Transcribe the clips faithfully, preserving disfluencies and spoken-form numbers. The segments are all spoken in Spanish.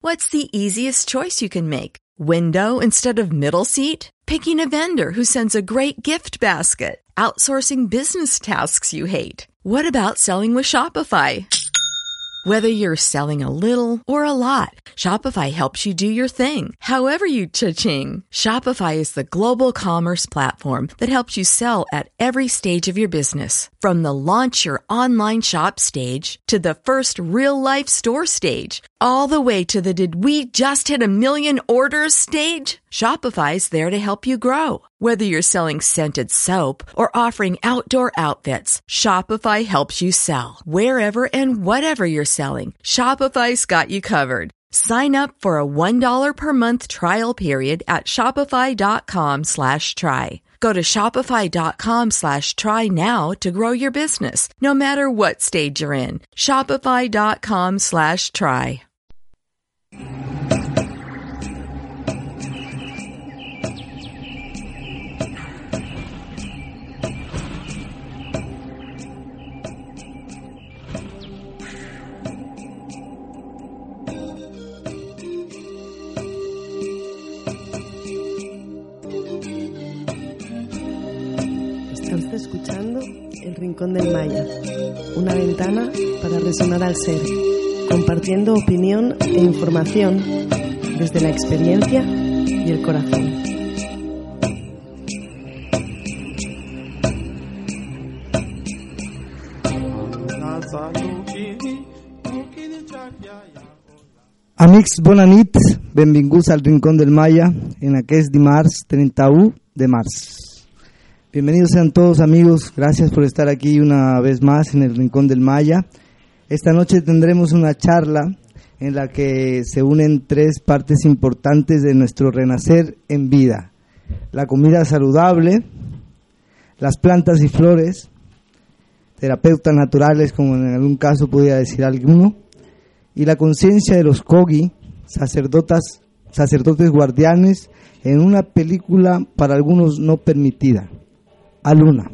What's the easiest choice you can make? Window instead of middle seat? Picking a vendor who sends a great gift basket? Outsourcing business tasks you hate? What about selling with Shopify? Whether you're selling a little or a lot, Shopify helps you do your thing, however you cha-ching. Shopify is the global commerce platform that helps you sell at every stage of your business. From the launch your online shop stage to the first real-life store stage, all the way to the did we just hit a million orders stage. Shopify's there to help you grow. Whether you're selling scented soap or offering outdoor outfits, Shopify helps you sell. Wherever and whatever you're selling, Shopify's got you covered. Sign up for a one dollar per month trial period at shopify.com slash try. Go to shopify.com slash try now to grow your business, no matter what stage you're in. Shopify.com slash try. Está escuchando El Rincón del Maya, una ventana para resonar al ser, compartiendo opinión e información desde la experiencia y el corazón. Amics, bona nit, benvinguts al Rincón del Maya en aquest dimarts trenta-u de març. Bienvenidos sean todos amigos, gracias por estar aquí una vez más en el Rincón del Maya. Esta noche tendremos una charla en la que se unen tres partes importantes de nuestro renacer en vida: la comida saludable, las plantas y flores, terapeutas naturales como en algún caso podría decir alguno, y la conciencia de los Kogi, sacerdotas, sacerdotes guardianes, en una película para algunos no permitida. Aluna.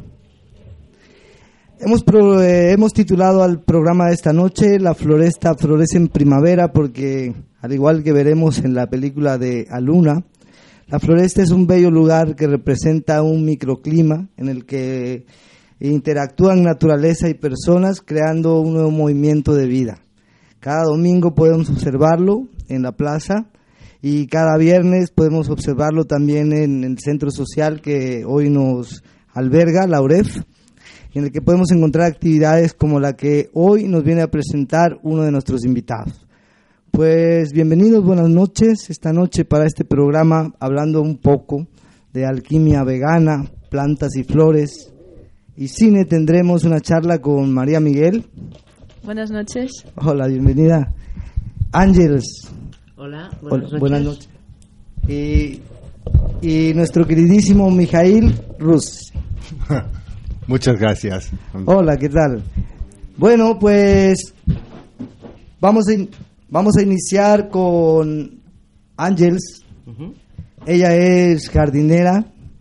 Hemos, pro, eh, hemos titulado al programa de esta noche La floresta florece en primavera porque, al igual que veremos en la película de Aluna, la floresta es un bello lugar que representa un microclima en el que interactúan naturaleza y personas creando un nuevo movimiento de vida. Cada domingo podemos observarlo en la plaza y cada viernes podemos observarlo también en el centro social que hoy nos alberga, la U R E F, en el que podemos encontrar actividades como la que hoy nos viene a presentar uno de nuestros invitados. Pues bienvenidos, buenas noches, esta noche para este programa hablando un poco de alquimia vegana, plantas y flores y cine. Tendremos una charla con María Miguel. Buenas noches. Hola, bienvenida. Ángeles. Hola, buenas Hola, noches. Buenas noches. Y, y nuestro queridísimo Mijail Rus. Muchas gracias. Hola, ¿qué tal? Bueno, pues vamos a, in- vamos a iniciar con Ángeles. Uh-huh. Ella es jardinera,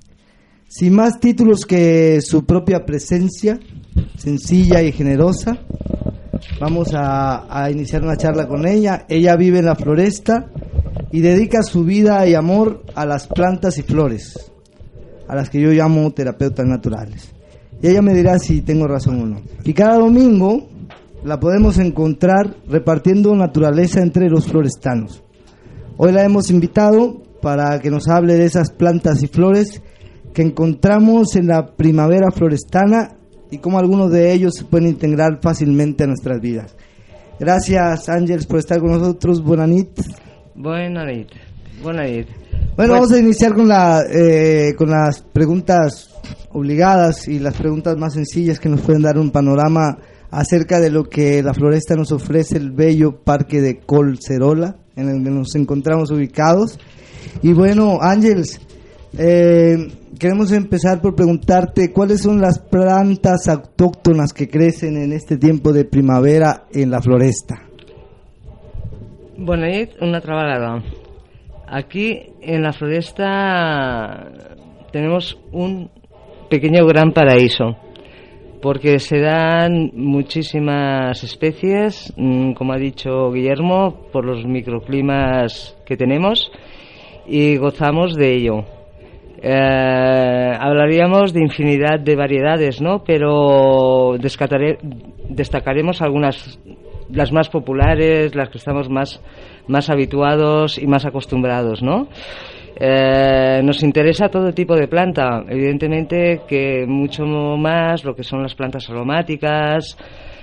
sin más títulos que su propia presencia, sencilla y generosa. Vamos a, a iniciar una charla con ella. Ella vive en la floresta y dedica su vida y amor a las plantas y flores, a las que yo llamo terapeutas naturales. Y ella me dirá si tengo razón o no. Y cada domingo la podemos encontrar repartiendo naturaleza entre los florestanos. Hoy la hemos invitado para que nos hable de esas plantas y flores que encontramos en la primavera florestana y cómo algunos de ellos se pueden integrar fácilmente a nuestras vidas. Gracias, Ángeles, por estar con nosotros. Buenas noches. Buenas noches. Buenas noches. Bueno, vamos a iniciar con, la, eh, con las preguntas obligadas y las preguntas más sencillas que nos pueden dar un panorama acerca de lo que la floresta nos ofrece, el bello parque de Collserola, en el que nos encontramos ubicados. Y bueno, Ángeles, eh, queremos empezar por preguntarte cuáles son las plantas autóctonas que crecen en este tiempo de primavera en la floresta. Bona nit, una altra vegada. Aquí en la floresta tenemos un pequeño gran paraíso. porque se dan muchísimas especies, como ha dicho Guillermo, por los microclimas que tenemos y gozamos de ello. Eh, hablaríamos de infinidad de variedades, ¿no? Pero destacaremos algunas, las más populares, las que estamos más, más habituados y más acostumbrados, ¿no? Eh, nos interesa todo tipo de planta, evidentemente que mucho más lo que son las plantas aromáticas,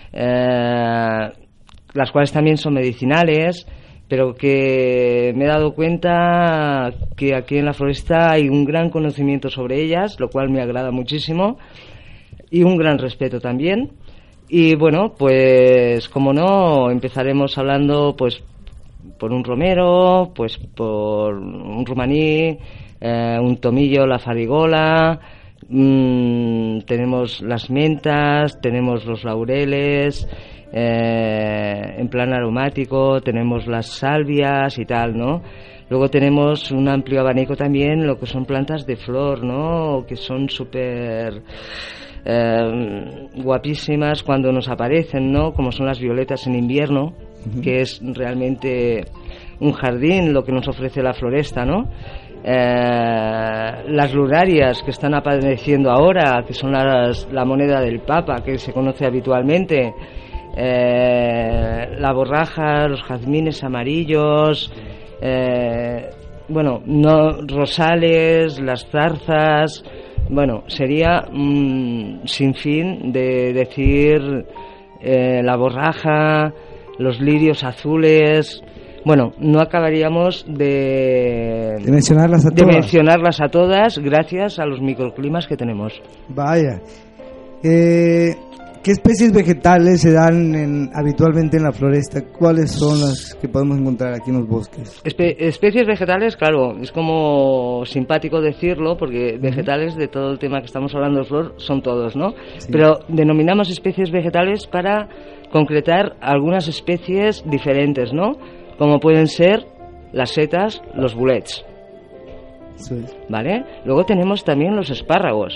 eh, las cuales también son medicinales, pero que me he dado cuenta que aquí en la floresta hay un gran conocimiento sobre ellas, lo cual me agrada muchísimo, y un gran respeto también. Y bueno, pues como no, empezaremos hablando pues por un romero, pues por un romaní, eh, un tomillo, la farigola, mmm, tenemos las mentas, tenemos los laureles, eh, en plan aromático, tenemos las salvias y tal, ¿no? Luego tenemos un amplio abanico también, lo que son plantas de flor, ¿no? Que son súper eh, guapísimas cuando nos aparecen, ¿no? Como son las violetas en invierno, uh-huh. que es realmente un jardín lo que nos ofrece la floresta, ¿no? Eh, las lurarias que están apareciendo ahora, que son las, la moneda del Papa, que se conoce habitualmente, eh, la borraja, los jazmines amarillos, eh, bueno, no, rosales, las zarzas, bueno, sería un mm, sinfín de decir eh, la borraja, los lirios azules. Bueno, no acabaríamos de, de, mencionarlas a de todas. mencionarlas a todas gracias a los microclimas que tenemos. Vaya. Eh, ¿Qué especies vegetales se dan en, habitualmente en la floresta? ¿Cuáles son las que podemos encontrar aquí en los bosques? Espe- especies vegetales, claro, es como simpático decirlo, porque vegetales de todo el tema que estamos hablando de flor son todos, ¿no? Sí. Pero denominamos especies vegetales para concretar algunas especies diferentes, ¿no? Como pueden ser las setas, los bolets. Sí. ¿Vale? Luego tenemos también los espárragos.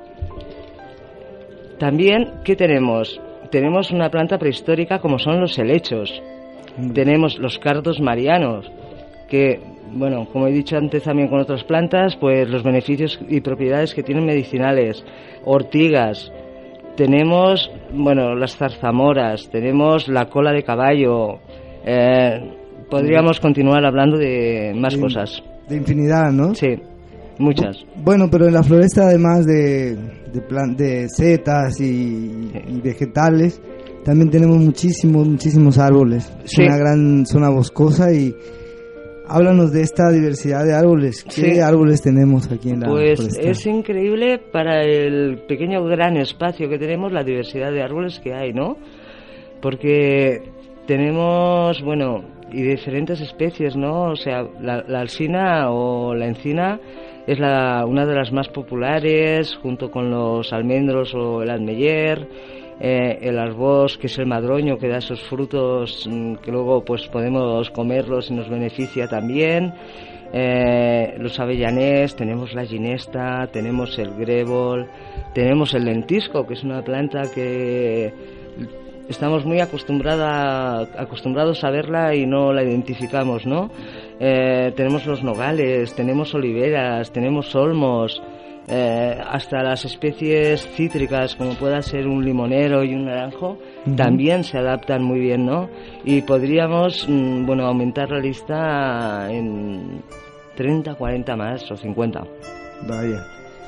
También, ¿qué tenemos? Tenemos una planta prehistórica como son los helechos. Mm. Tenemos los cardos marianos, que, bueno, como he dicho antes también con otras plantas, pues los beneficios y propiedades que tienen medicinales. Ortigas. Tenemos, bueno, las zarzamoras. Tenemos la cola de caballo. Eh, podríamos continuar hablando de más de, cosas. De infinidad, ¿no? Sí, muchas. Bueno, pero en la floresta, además de, de, plan, de setas y, sí. y vegetales, también tenemos muchísimos, muchísimos árboles. Es sí. una gran zona boscosa y háblanos de esta diversidad de árboles. ¿Qué sí. árboles tenemos aquí en la pues floresta? Pues es increíble para el pequeño gran espacio que tenemos, la diversidad de árboles que hay, ¿no? Porque tenemos, bueno, y diferentes especies, ¿no? O sea, la, la alsina o la encina es la, una de las más populares, junto con los almendros o el almeller, eh, el arbós, que es el madroño, que da esos frutos mmm, que luego pues podemos comerlos y nos beneficia también. Eh, los avellanés, tenemos la ginesta, tenemos el grébol, tenemos el lentisco, que es una planta que estamos muy acostumbrada, acostumbrados a verla y no la identificamos, ¿no? Eh, tenemos los nogales, tenemos oliveras, tenemos olmos, eh, hasta las especies cítricas, como pueda ser un limonero y un naranjo, uh-huh. también se adaptan muy bien, ¿no? Y podríamos, mmm, bueno, aumentar la lista en treinta, cuarenta más o cincuenta. Vaya.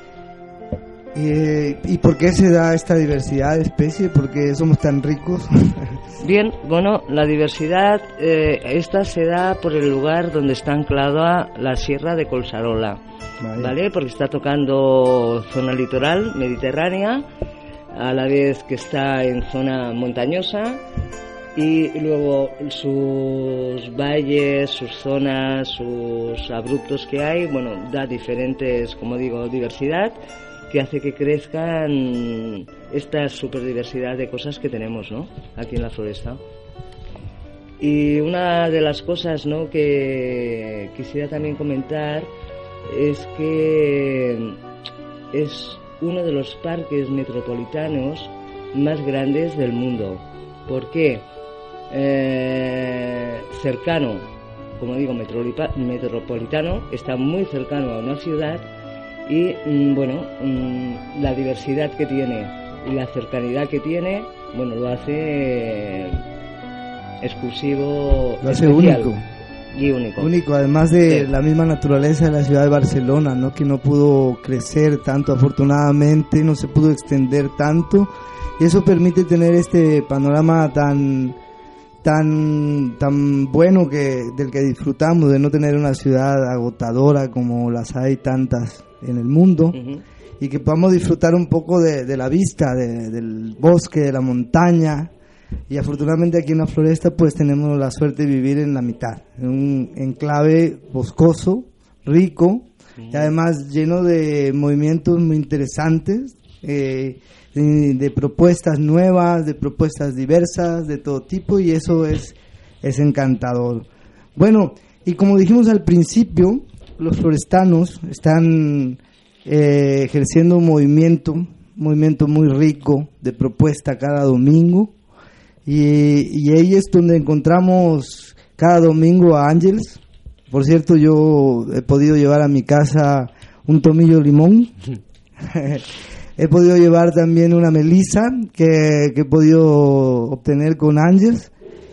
¿Y, ¿Y por qué se da esta diversidad de especies? ¿Por qué somos tan ricos? Bien, bueno, la diversidad, eh, esta se da por el lugar donde está anclada la Sierra de Collserola, vale. ¿vale? Porque está tocando zona litoral mediterránea, a la vez que está en zona montañosa, y luego sus valles, sus zonas, sus abruptos que hay, bueno, da diferentes, como digo, diversidad, que hace que crezcan esta superdiversidad de cosas que tenemos, ¿no? Aquí en la floresta. Y una de las cosas, ¿no?, que quisiera también comentar es que es uno de los parques metropolitanos más grandes del mundo. ¿Por qué? Eh, cercano, como digo, metropolitano, está muy cercano a una ciudad y, mm, bueno, mm, la diversidad que tiene y la cercanidad que tiene, bueno, lo hace eh, exclusivo, lo hace especial. único. Y único. Único, además de sí. la misma naturaleza de la ciudad de Barcelona, ¿no? Que no pudo crecer tanto, afortunadamente, no se pudo extender tanto, y eso permite tener este panorama tan tan tan bueno que del que disfrutamos, de no tener una ciudad agotadora como las hay tantas en el mundo, uh-huh. y que podamos disfrutar un poco de, de la vista, de, del bosque, de la montaña. Y afortunadamente aquí en la Floresta pues tenemos la suerte de vivir en la mitad, en un enclave boscoso, rico, sí. y además lleno de movimientos muy interesantes, eh, de, de propuestas nuevas, de propuestas diversas, de todo tipo, y eso es, es encantador. Bueno, y como dijimos al principio, los florestanos están eh, ejerciendo un movimiento, un movimiento muy rico de propuesta cada domingo. Y, y ahí es donde encontramos cada domingo a Ángeles. Por cierto, yo he podido llevar a mi casa un tomillo limón. He podido llevar también una melisa que, que he podido obtener con Ángeles.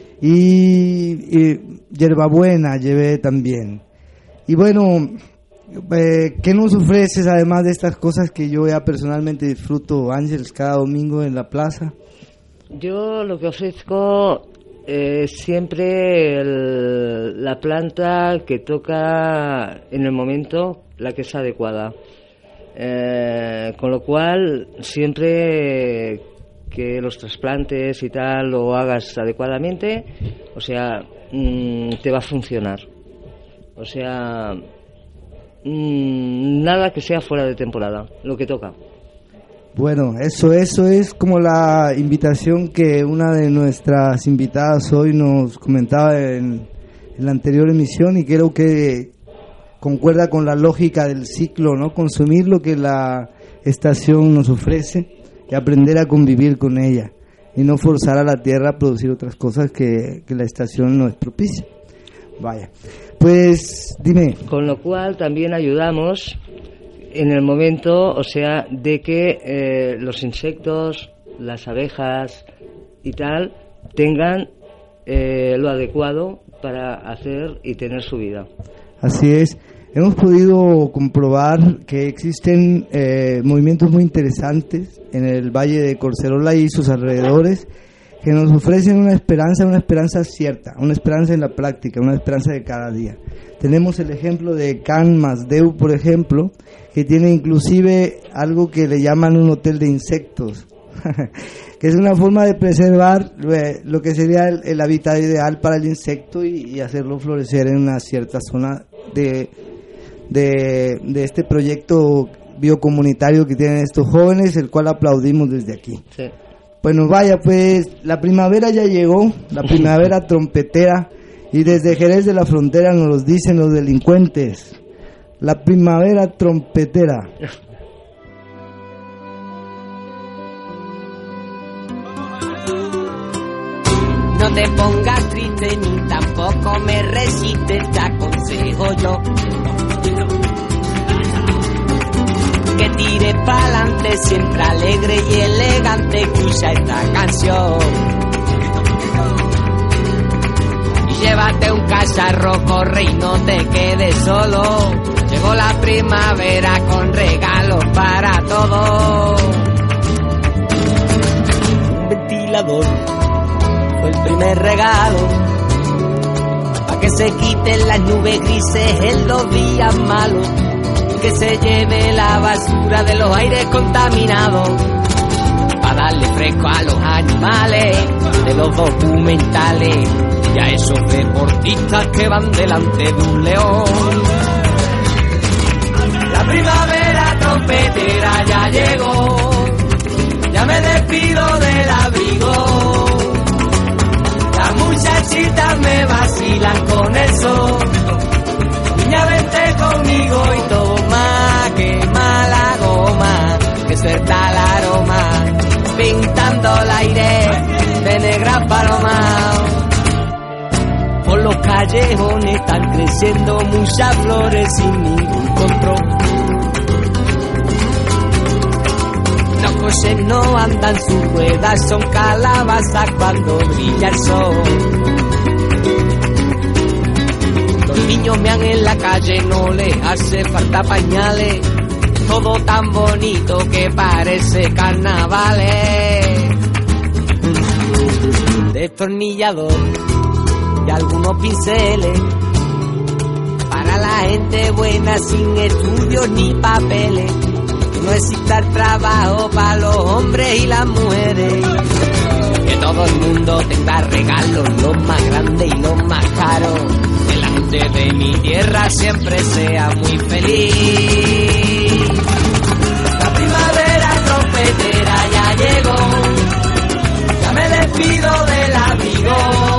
Y, y hierbabuena llevé también. Y bueno, eh, ¿qué nos ofreces además de estas cosas que yo ya personalmente disfruto, Ángeles, cada domingo en la plaza? Yo lo que ofrezco es eh, siempre el, la planta que toca en el momento, la que es adecuada. Eh, con lo cual, siempre que los trasplantes y tal lo hagas adecuadamente, o sea, mmm, te va a funcionar. O sea, mmm, nada que sea fuera de temporada, lo que toca. Bueno, eso, eso es como la invitación que una de nuestras invitadas hoy nos comentaba en, en la anterior emisión, y creo que concuerda con la lógica del ciclo, ¿no? Consumir lo que la estación nos ofrece y aprender a convivir con ella, y no forzar a la tierra a producir otras cosas que, que la estación no es propicia. Vaya, pues dime. Con lo cual también ayudamos en el momento, o sea, de que eh, los insectos, las abejas y tal, tengan eh, lo adecuado para hacer y tener su vida. Así es. Hemos podido comprobar que existen eh, movimientos muy interesantes en el Valle de Corcerola y sus alrededores, que nos ofrecen una esperanza, una esperanza cierta, una esperanza en la práctica, una esperanza de cada día. Tenemos el ejemplo de Can Masdeu, por ejemplo, que tiene inclusive algo que le llaman un hotel de insectos, que es una forma de preservar lo que sería el, el hábitat ideal para el insecto y, y hacerlo florecer en una cierta zona de, de, de este proyecto biocomunitario que tienen estos jóvenes, el cual aplaudimos desde aquí. Sí. Bueno, vaya, pues la primavera ya llegó, la primavera trompetera, y desde Jerez de la Frontera nos lo dicen los delincuentes, la primavera trompetera. No te pongas triste ni tampoco me resistes, te aconsejo yo que tires pa'lante, siempre alegre y elegante, escucha esta canción. Y llévate un cacharro, corre y no te quedes solo. Llegó la primavera con regalos para todos. Un ventilador fue el primer regalo, pa' que se quiten las nubes grises en los días malos, que se lleve la basura de los aires contaminados, para darle fresco a los animales de los documentales y a esos deportistas que van delante de un león. La primavera trompetera ya llegó, ya me despido del abrigo, las muchachitas me vacilan con el sol. Niña, vente conmigo y toma, quema la goma, que suelta el aroma, pintando callejones están creciendo muchas flores sin ningún control. Los coches no andan, sus ruedas son calabazas cuando brilla el sol. Los niños mean en la calle, no les hace falta pañales. Todo tan bonito que parece carnavales. Destornillador y algunos pinceles para la gente buena sin estudios ni papeles. Que no exista el trabajo para los hombres y las mujeres. Que todo el mundo tenga regalos, los más grandes y los más caros. Que la gente de mi tierra siempre sea muy feliz. La primavera trompetera ya llegó. Ya me despido del abrigo.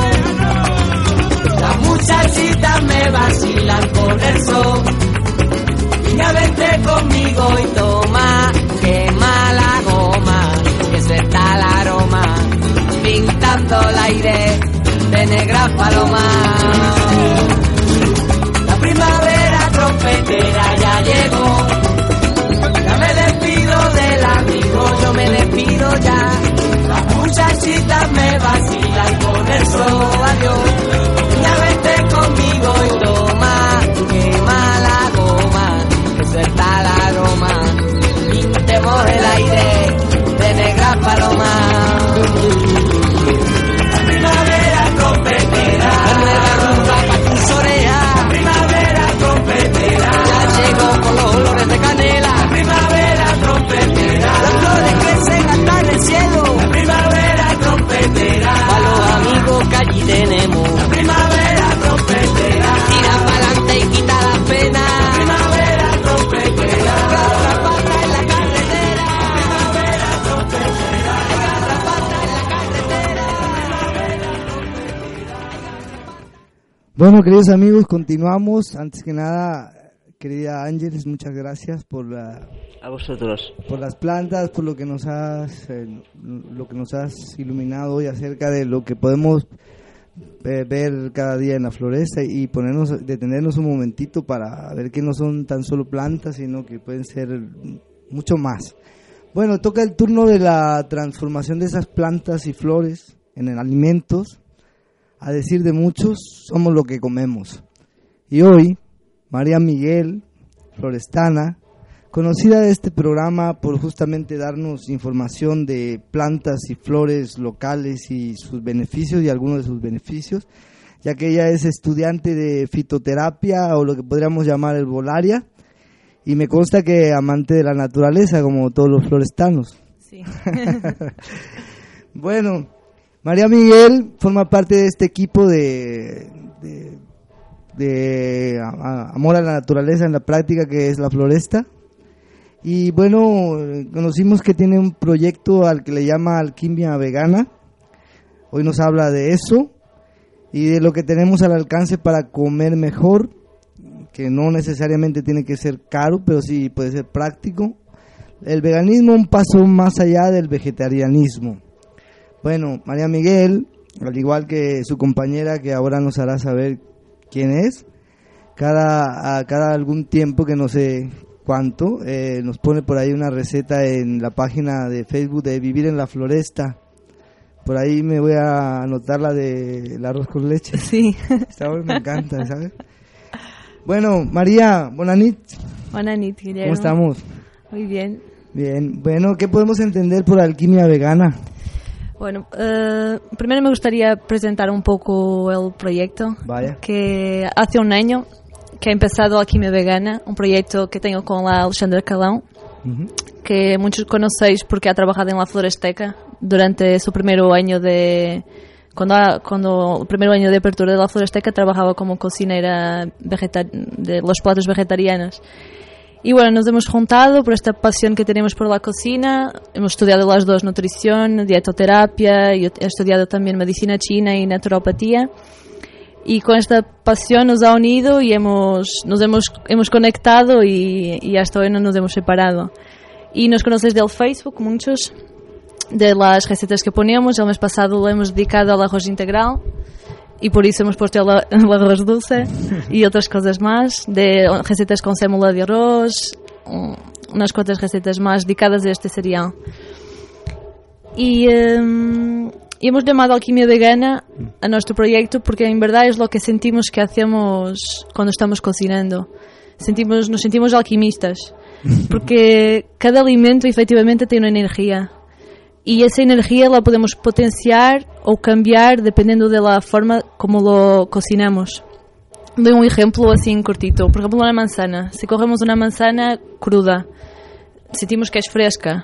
Las muchachitas me vacilan con el sol. Niña, vente conmigo y toma, quema la goma, que se está el aroma, pintando el aire de negras palomas. La primavera trompetera ya llegó. Ya me despido del amigo, yo me despido ya. Las muchachitas me vacilan con el sol, adiós. Ya vente conmigo y toma, quema la goma, que suelta el aroma, pintemos el aire de negras palomas. La primavera trompetera, la nueva rumba pa' tus orejas. La primavera trompetera, ya llegó con los olores de canela. La primavera trompetera, las flores crecen hasta en el cielo. La primavera trompetera, a los amigos que allí tenemos. La primavera trompetera, tira pa'lante y quita la pena. La primavera trompetera, garrapata en la carretera. La primavera trompetera, garrapata en la carretera. Bueno, queridos amigos, continuamos. Antes que nada, querida Ángeles, muchas gracias por la, A vosotros. por las plantas, por lo que nos has eh, lo que nos has iluminado hoy acerca de lo que podemos eh, ver cada día en la floresta, y ponernos, detenernos un momentito para ver que no son tan solo plantas, sino que pueden ser mucho más. Bueno, toca el turno de la transformación de esas plantas y flores en alimentos. A decir de muchos, somos lo que comemos. Y hoy, María Miguel, florestana, conocida de este programa por justamente darnos información de plantas y flores locales y sus beneficios y algunos de sus beneficios, ya que ella es estudiante de fitoterapia, o lo que podríamos llamar herbolaria, y me consta que amante de la naturaleza, como todos los florestanos. Sí. Bueno, María Miguel forma parte de este equipo de, de, de a, a, amor a la naturaleza en la práctica, que es la floresta. Y bueno, conocimos que tiene un proyecto al que le llama Alquimia Vegana. Hoy nos habla de eso y de lo que tenemos al alcance para comer mejor, que no necesariamente tiene que ser caro, pero sí puede ser práctico. El veganismo, un paso más allá del vegetarianismo. Bueno, María Miguel, al igual que su compañera, que ahora nos hará saber quién es, cada, a cada algún tiempo, que no sé cuánto, eh, nos pone por ahí una receta en la página de Facebook de Vivir en la Floresta. Por ahí me voy a anotar la de el arroz con leche. Sí. Esta hora me encanta, ¿sabes? Bueno, María, buenas noches. Buenas noches, Guillermo. ¿Cómo estamos? Muy bien. Bien. Bueno, ¿qué podemos entender por alquimia vegana? Bueno, uh, primero me gustaría presentar un poco el proyecto. Vaya. Que hace un año que ha empezado Alquimia Vegana, un proyecto que tengo con la Alexandra Calão, uh-huh. que muchos conocéis porque ha trabajado en la Floresteca durante su primer año de... Cuando, cuando el primer año de apertura de la Floresteca trabajaba como cocinera vegeta- de los platos vegetarianos. Y bueno, nos hemos juntado por esta pasión que tenemos por la cocina. Hemos estudiado las dos, nutrición, dietoterapia, yo he estudiado también medicina china y naturopatía. Y con esta pasión nos ha unido y hemos, nos hemos, hemos conectado y, y hasta hoy no nos hemos separado. Y nos conoces del Facebook, muchos, de las recetas que ponemos. El mes pasado lo hemos dedicado al arroz integral. y por eso hemos puesto el, el arroz dulce y otras cosas más, de recetas con sémola de arroz, unas cuantas recetas más dedicadas a este cereal. Y, um, y hemos llamado Alquimia Vegana a nuestro proyecto porque en verdad es lo que sentimos que hacemos cuando estamos cocinando. Sentimos, nos sentimos alquimistas, porque cada alimento efectivamente tiene una energía. Y esa energía la podemos potenciar o cambiar dependiendo de la forma como lo cocinamos. Doy un ejemplo así en cortito. Por ejemplo, una manzana. Si cogemos una manzana cruda, sentimos que es fresca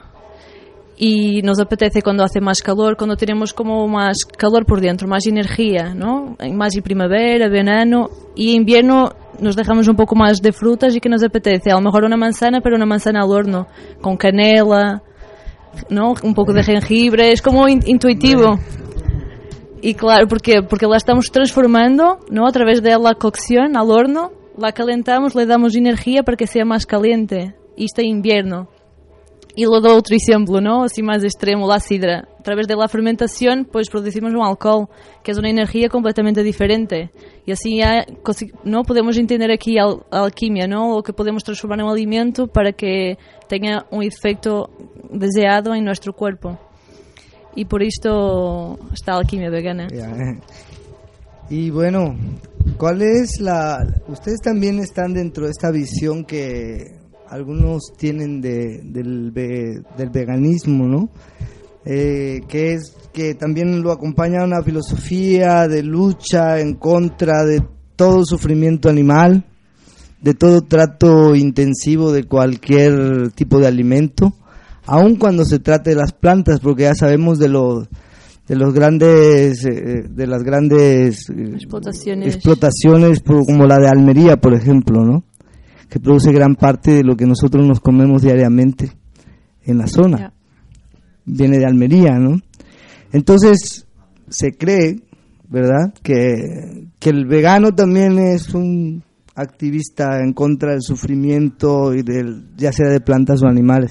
y nos apetece cuando hace más calor, cuando tenemos como más calor por dentro, más energía, ¿no? Más en primavera, verano, y en invierno nos dejamos un poco más de frutas y que nos apetece. A lo mejor una manzana, pero una manzana al horno, con canela, ¿no? Un poco de jengibre, es como in- intuitivo. Y claro, ¿por qué? Porque la estamos transformando, ¿no? A través de la cocción al horno, la calentamos, le damos energía para que sea más caliente. Y está en invierno. Y lo doy otro ejemplo, ¿no? Así más extremo, la sidra. A través de la fermentación, pues producimos un alcohol, que es una energía completamente diferente. Y así ya, ¿no? Podemos entender aquí al, a alquimia, ¿no? Lo que podemos transformar en un alimento para que tenga un efecto deseado en nuestro cuerpo. Y por esto está Alquimia Vegana. Yeah. Y bueno, ¿cuál es la...? Ustedes también están dentro de esta visión que algunos tienen de, del, ve, del veganismo, ¿no? Eh, que es que también lo acompaña una filosofía de lucha en contra de todo sufrimiento animal, de todo trato intensivo de cualquier tipo de alimento, aun cuando se trate de las plantas, porque ya sabemos de los de los grandes eh, de las grandes eh, explotaciones, explotaciones por, como la de Almería, por ejemplo, ¿no? Que produce gran parte de lo que nosotros nos comemos diariamente en la zona. Yeah. Viene de Almería, ¿no? Entonces se cree, ¿verdad?, que, que el vegano también es un activista en contra del sufrimiento y del, ya sea de plantas o animales.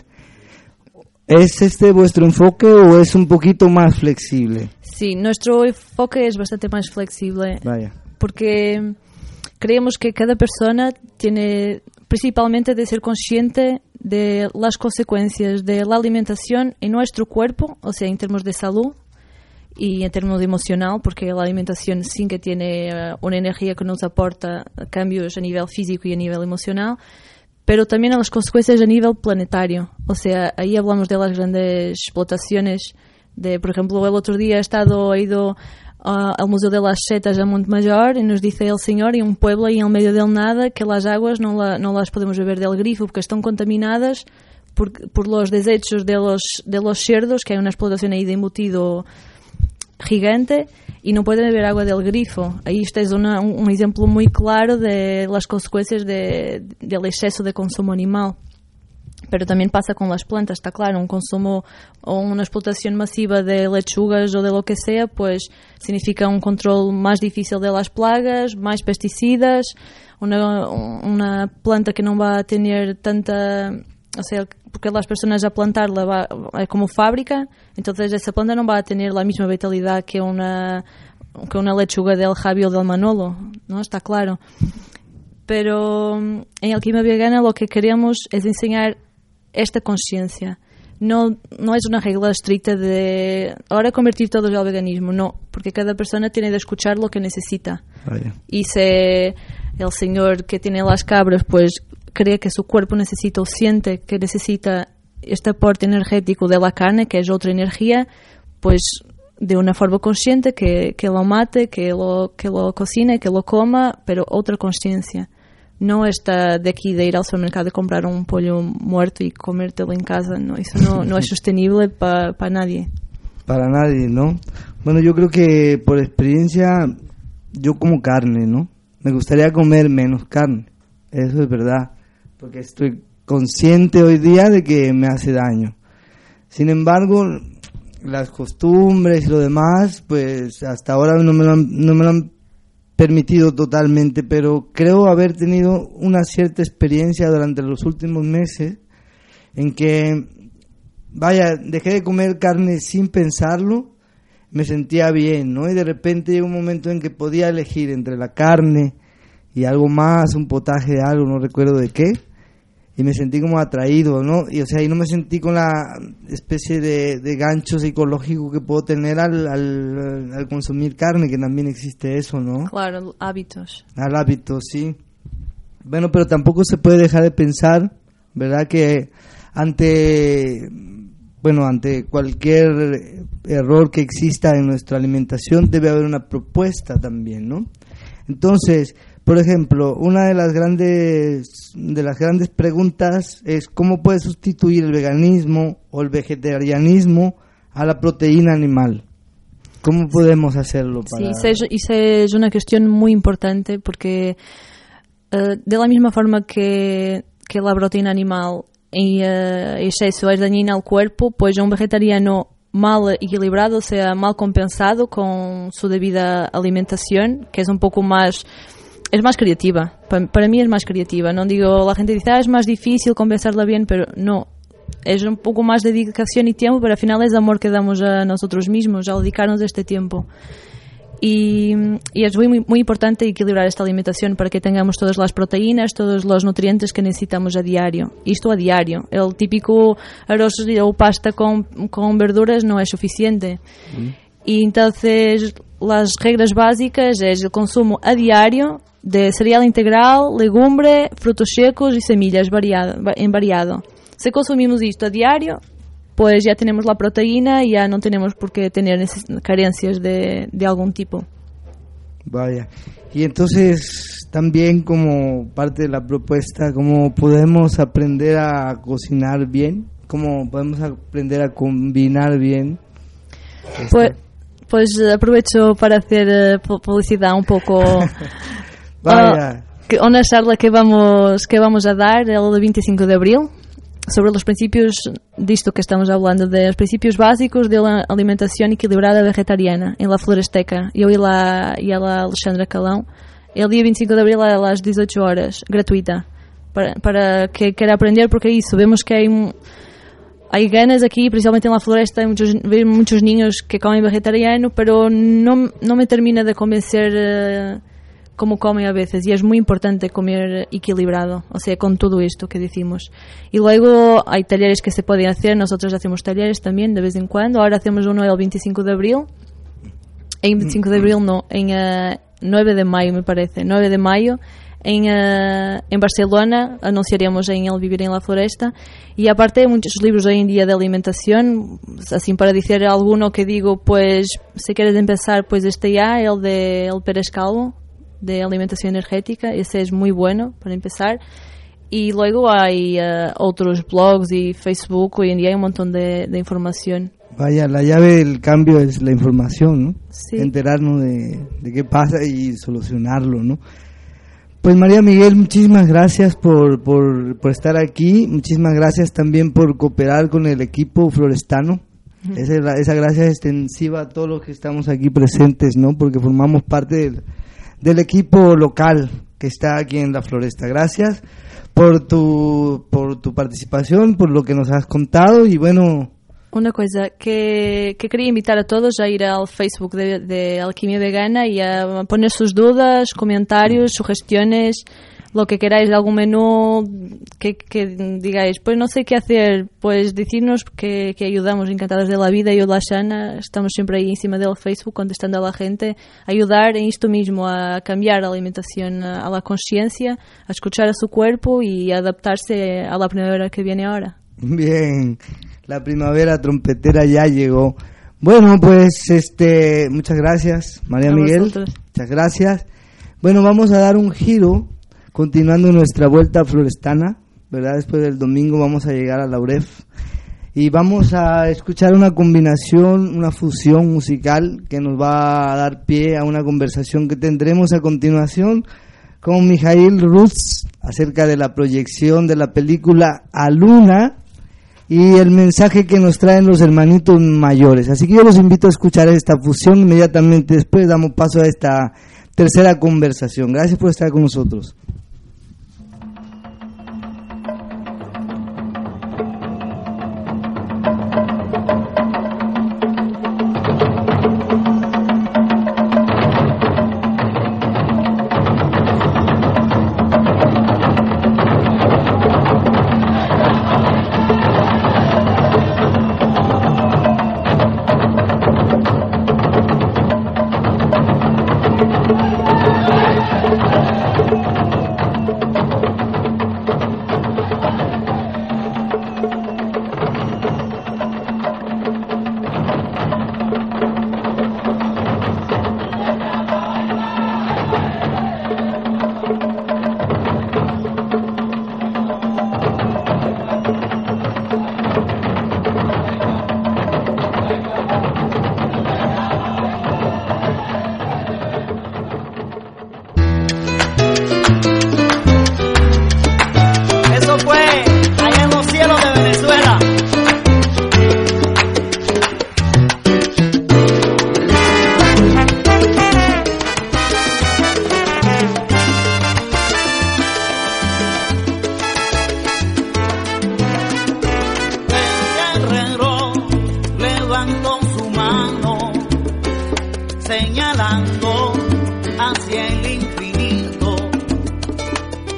¿Es este vuestro enfoque o es un poquito más flexible? Sí, nuestro enfoque es bastante más flexible. Vaya. Porque creemos que cada persona tiene principalmente de ser consciente de las consecuencias de la alimentación en nuestro cuerpo, o sea, en términos de salud y en términos emocional, porque la alimentación sí que tiene uh, una energía que nos aporta cambios a nivel físico y a nivel emocional, pero también a las consecuencias a nivel planetario. O sea, ahí hablamos de las grandes explotaciones. De, por ejemplo, el otro día he estado, he ido uh, al Museo de las Setas a Montemayor y nos dice el señor, en un pueblo y en medio del nada, que las aguas no, la, no las podemos beber del grifo porque están contaminadas por, por los desechos de los, de los cerdos, que hay una explotación ahí de embutido gigante, y no pueden beber agua del grifo. Ahí este es una, un, un ejemplo muy claro de las consecuencias de, del exceso de consumo animal. Pero también pasa con las plantas, está claro, un consumo o una explotación masiva de lechugas o de lo que sea, pues significa un control más difícil de las plagas, más pesticidas, una, una planta que no va a tener tanta... O sea, porque las personas a plantarla va, es como fábrica, entonces esa planta no va a tener la misma vitalidad que una, que una lechuga del Javi o del Manolo, ¿no? Está claro. Pero en Alquimia Vegana lo que queremos es enseñar esta conciencia. No, no es una regla estricta de ahora convertir todos al veganismo, no, porque cada persona tiene que escuchar lo que necesita. Vaya. Y si el señor que tiene las cabras pues cree que su cuerpo necesita o siente que necesita este aporte energético de la carne, que es otra energía, pues de una forma consciente que, que lo mate, que lo, que lo cocine, que lo coma, pero otra conciencia. No está de aquí de ir al supermercado y comprar un pollo muerto y comértelo en casa, no, eso no, no es sostenible para pa nadie. Para nadie, ¿no? Bueno, yo creo que por experiencia yo como carne, ¿no? Me gustaría comer menos carne, eso es verdad, porque estoy consciente hoy día de que me hace daño. Sin embargo, las costumbres y lo demás, pues hasta ahora no me lo han, no me lo han permitido totalmente, pero creo haber tenido una cierta experiencia durante los últimos meses en que, vaya, dejé de comer carne sin pensarlo, me sentía bien, ¿no? Y de repente llegó un momento en que podía elegir entre la carne y algo más, un potaje de algo, no recuerdo de qué, y me sentí como atraído, ¿no? Y o sea, y no me sentí con la especie de, de gancho psicológico que puedo tener al, al, al consumir carne, que también existe eso, ¿no? Claro, hábitos. Al hábito, sí. Bueno, pero tampoco se puede dejar de pensar, ¿verdad? Que ante, bueno, ante cualquier error que exista en nuestra alimentación debe haber una propuesta también, ¿no? Entonces, por ejemplo, una de las grandes de las grandes preguntas es cómo puede sustituir el veganismo o el vegetarianismo a la proteína animal. ¿Cómo podemos hacerlo? Para... Sí, esa es una cuestión muy importante porque uh, de la misma forma que, que la proteína animal en uh, exceso es dañina al cuerpo, pues un vegetariano mal equilibrado, o sea, mal compensado con su debida alimentación, que es un poco más... es más creativa, para, para mí es más creativa, no digo, la gente dice, ah, es más difícil compensarla bien, pero no, es un poco más de dedicación y tiempo, pero al final es amor que damos a nosotros mismos, al dedicarnos este tiempo. Y, y es muy, muy importante equilibrar esta alimentación para que tengamos todas las proteínas, todos los nutrientes que necesitamos a diario. Esto a diario. El típico arroz o pasta con, con verduras no es suficiente. Mm. Y entonces las reglas básicas es el consumo a diario de cereal integral, legumbre, frutos secos y semillas variado, en variado. Si consumimos esto a diario, pues ya tenemos la proteína y ya no tenemos por qué tener carencias de, de algún tipo. Vaya. Y entonces también como parte de la propuesta, ¿cómo podemos aprender a cocinar bien? ¿Cómo podemos aprender a combinar bien? Pues, pues aprovecho para hacer publicidad un poco. Vaya. Uh, una charla que vamos, que vamos a dar el veinticinco de abril. Sobre los principios de esto que estamos hablando, de los principios básicos de la alimentación equilibrada vegetariana en la Floresteca. Eu e la, e a Alexandra Calão, el día veinticinco de abril a las dieciocho horas, gratuita, para, para que quiera aprender, porque é isso, vemos que hay, hay ganas aquí, principalmente en la floresta, hay muchos, muchos niños que comen vegetariano, pero no, no me termina de convencer uh, como comen a veces, y es muy importante comer equilibrado, o sea, con todo esto que decimos. Y luego hay talleres que se pueden hacer, nosotros hacemos talleres también de vez en cuando, ahora hacemos uno el veinticinco de abril, en veinticinco de abril no, en uh, nueve de mayo me parece, nueve de mayo, en, uh, en Barcelona, anunciaremos en El Vivir en la Floresta, y aparte hay muchos libros hoy en día de alimentación, así para decir alguno que digo, pues si quieres empezar, pues este ya, el de El Pérez Calvo, de alimentación energética, ese es muy bueno para empezar. Y luego hay uh, otros blogs y Facebook, hoy en día hay un montón de, de información. Vaya, la llave del cambio es la información, ¿no? Sí. Enterarnos de, de qué pasa y solucionarlo, ¿no? Pues María Miguel, muchísimas gracias por, por, por estar aquí, muchísimas gracias también por cooperar con el equipo florestano. Uh-huh. Esa, esa gracia es extensiva a todos los que estamos aquí presentes, ¿no? Porque formamos parte del del equipo local que está aquí en la Floresta. Gracias por tu por tu participación, por lo que nos has contado y bueno... Una cosa que, que quería invitar a todos a ir al Facebook de, de Alquimia Vegana y a poner sus dudas, comentarios, sugestiones, lo que queráis de algún menú que, que digáis, pues no sé qué hacer, pues decirnos que, que ayudamos, encantados de la vida. Yo, la Shana, estamos siempre ahí encima del Facebook contestando a la gente, ayudar en esto mismo, a cambiar la alimentación a, a la conciencia, a escuchar a su cuerpo y adaptarse a la primavera que viene ahora. Bien, la primavera trompetera ya llegó. Bueno, pues este, muchas gracias, María a Miguel. Vosotros. Muchas gracias. Bueno, vamos a dar un giro. Continuando nuestra vuelta florestana, ¿verdad? Después del domingo vamos a llegar a la U R E F y vamos a escuchar una combinación, una fusión musical que nos va a dar pie a una conversación que tendremos a continuación con Mijail Ruz acerca de la proyección de la película Aluna y el mensaje que nos traen los hermanitos mayores. Así que yo los invito a escuchar esta fusión. Inmediatamente después damos paso a esta tercera conversación. Gracias por estar con nosotros.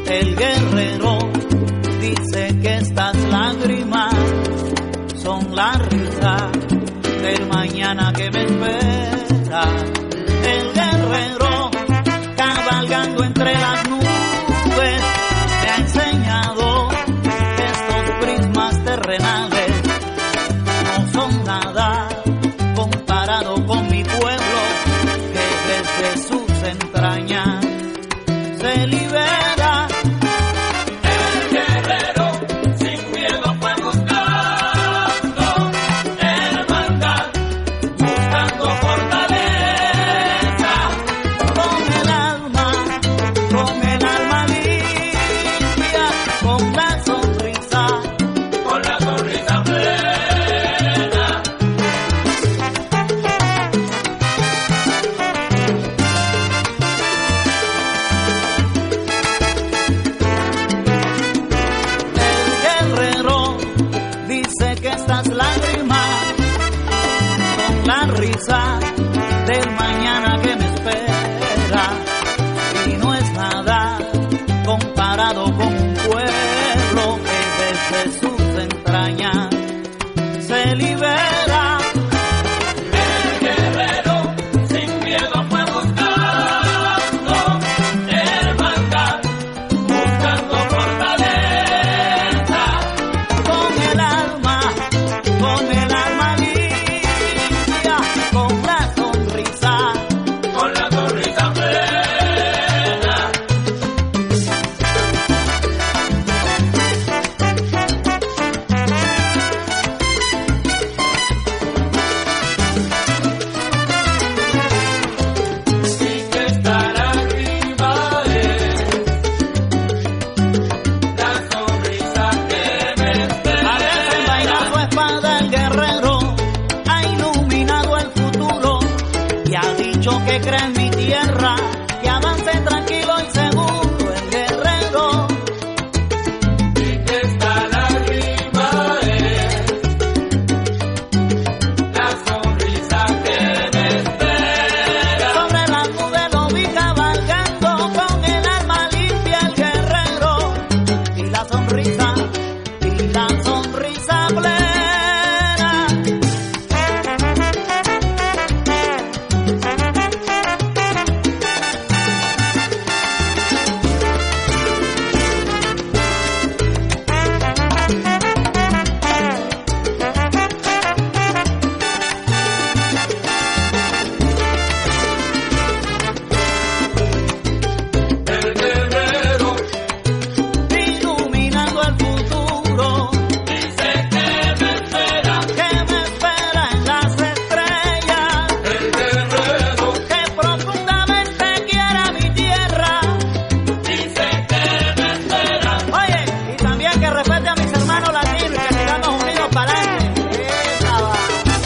El guerrero dice que estas lágrimas son la risa del mañana que me espera. El guerrero cabalgando entre las nubes me ha enseñado que estos prismas terrenales no son nada comparado con mi pueblo, que desde sus entrañas se libera. El guerrero sin miedo fue buscando el maldad, buscando fortaleza, con el alma, con el alma limpia, con la sonrisa, con la sonrisa plena. El guerrero dice que estas lágrimas son la risa del mañana que me espera, y no es nada comparado con un pueblo que desde sus entrañas se libera. El guerrero sin miedo fue buscando el maldad, buscando fortaleza, con el alma, con el alma limpia, con la sonrisa, con la sonrisa plena. Y que esta lágrima es la sonrisa que me espera. Ha desenvainado su espada el guerrero, ha iluminado el futuro y ha dicho que cree en mi tierra, que avance tranquilo y seguro el guerrero. Y que esta lágrima es la sonrisa que me espera. Sobre las nubes lo vi cabalgando, con el alma limpia el guerrero, y la sonrisa, y la sonrisa plena. El guerrero iluminando el futuro dice que me espera, que me espera en las estrellas. El guerrero que profundamente quiere a mi tierra dice que me espera. Oye, y también que respete a mis hermanos latinos y que sigamos unidos para adelante. Esa va.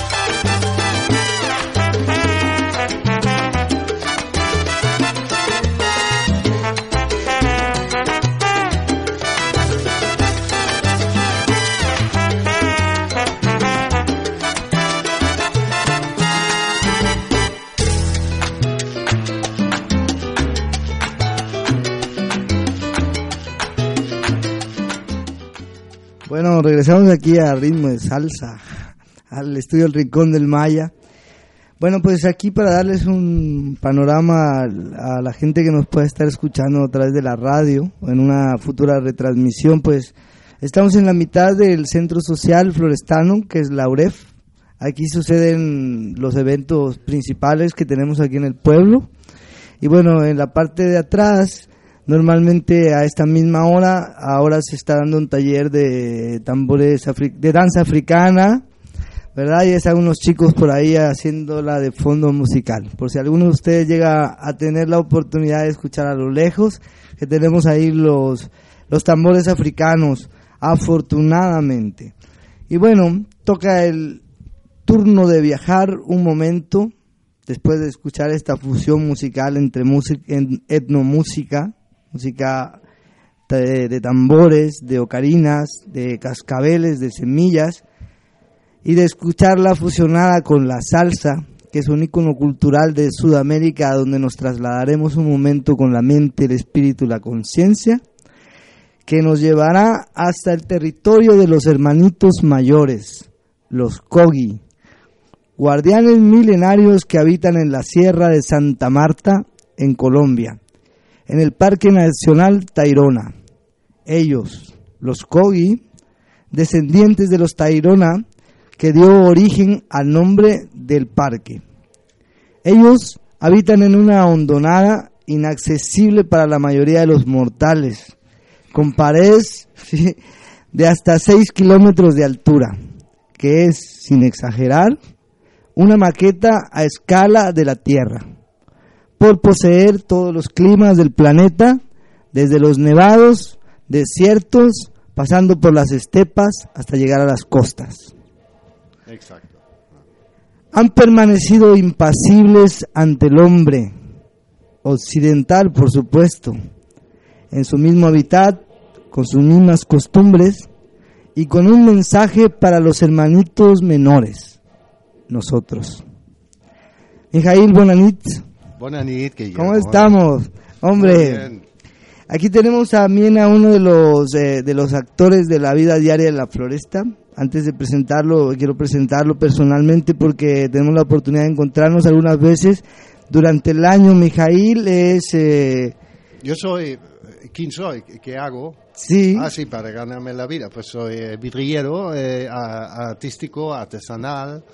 Bueno, regresamos aquí a Ritmo de Salsa, al estudio El Rincón del Maya. Bueno, pues aquí para darles un panorama a la gente que nos pueda estar escuchando a través de la radio o en una futura retransmisión, pues estamos en la mitad del Centro Social Florestano, que es la U R E F. Aquí suceden los eventos principales que tenemos aquí en el pueblo. Y bueno, en la parte de atrás, normalmente a esta misma hora, ahora se está dando un taller de tambores, afri- de danza africana, ¿verdad? Y están unos chicos por ahí haciéndola de fondo musical. Por si alguno de ustedes llega a tener la oportunidad de escuchar a lo lejos, que tenemos ahí los, los tambores africanos, afortunadamente. Y bueno, toca el turno de viajar un momento, después de escuchar esta fusión musical entre música, etnomúsica, música de, de tambores, de ocarinas, de cascabeles, de semillas, y de escucharla fusionada con la salsa, que es un ícono cultural de Sudamérica, donde nos trasladaremos un momento con la mente, el espíritu y la conciencia. que nos llevará hasta el territorio de los hermanitos mayores, los Kogi, guardianes milenarios que habitan en la Sierra de Santa Marta, en Colombia, en el Parque Nacional Tayrona. Ellos, los Kogi, descendientes de los Tayrona, que dio origen al nombre del parque. Ellos habitan en una hondonada inaccesible para la mayoría de los mortales, con paredes ¿sí? de hasta seis kilómetros de altura, que es, sin exagerar, una maqueta a escala de la Tierra, por poseer todos los climas del planeta, desde los nevados, desiertos, pasando por las estepas hasta llegar a las costas. Exacto. Han permanecido impasibles ante el hombre, occidental por supuesto, en su mismo hábitat, con sus mismas costumbres y con un mensaje para los hermanitos menores, nosotros. Mijail, Bonanit. Bonanit, que ¿Cómo estamos? Hombre, aquí tenemos también a uno de los eh, de los actores de la vida diaria de la Floresta. Antes de presentarlo, quiero presentarlo personalmente porque tenemos la oportunidad de encontrarnos algunas veces durante el año. Mijail es... Eh, Yo soy... ¿Quién soy? ¿Qué hago? Sí. Ah, sí, para ganarme la vida. Pues soy eh, vidriero, eh, a, artístico, artesanal.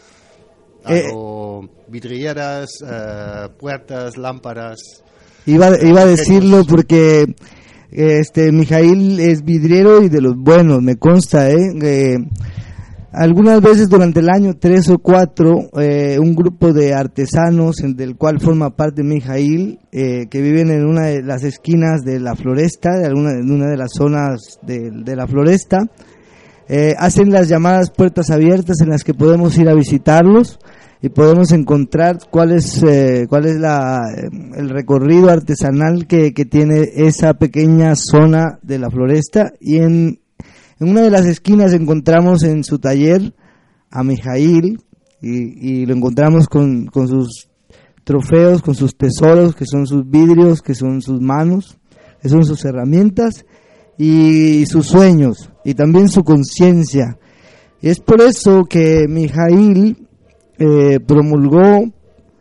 Hago eh, vidrieras, eh, puertas, lámparas. Iba, iba a decirlo porque este Mijail es vidriero y de los buenos, me consta, ¿eh? eh algunas veces durante el año, tres o cuatro, eh, un grupo de artesanos, del cual forma parte Mijail, eh, que viven en una de las esquinas de la Floresta, de alguna de una de las zonas de, de la Floresta, eh, hacen las llamadas puertas abiertas en las que podemos ir a visitarlos y podemos encontrar cuál es eh, cuál es la el recorrido artesanal que, que tiene esa pequeña zona de la Floresta. Y en En una de las esquinas encontramos en su taller a Mijail y, y lo encontramos con, con sus trofeos, con sus tesoros, que son sus vidrios, que son sus manos, que son sus herramientas y sus sueños y también su conciencia. Y es por eso que Mijail eh, promulgó,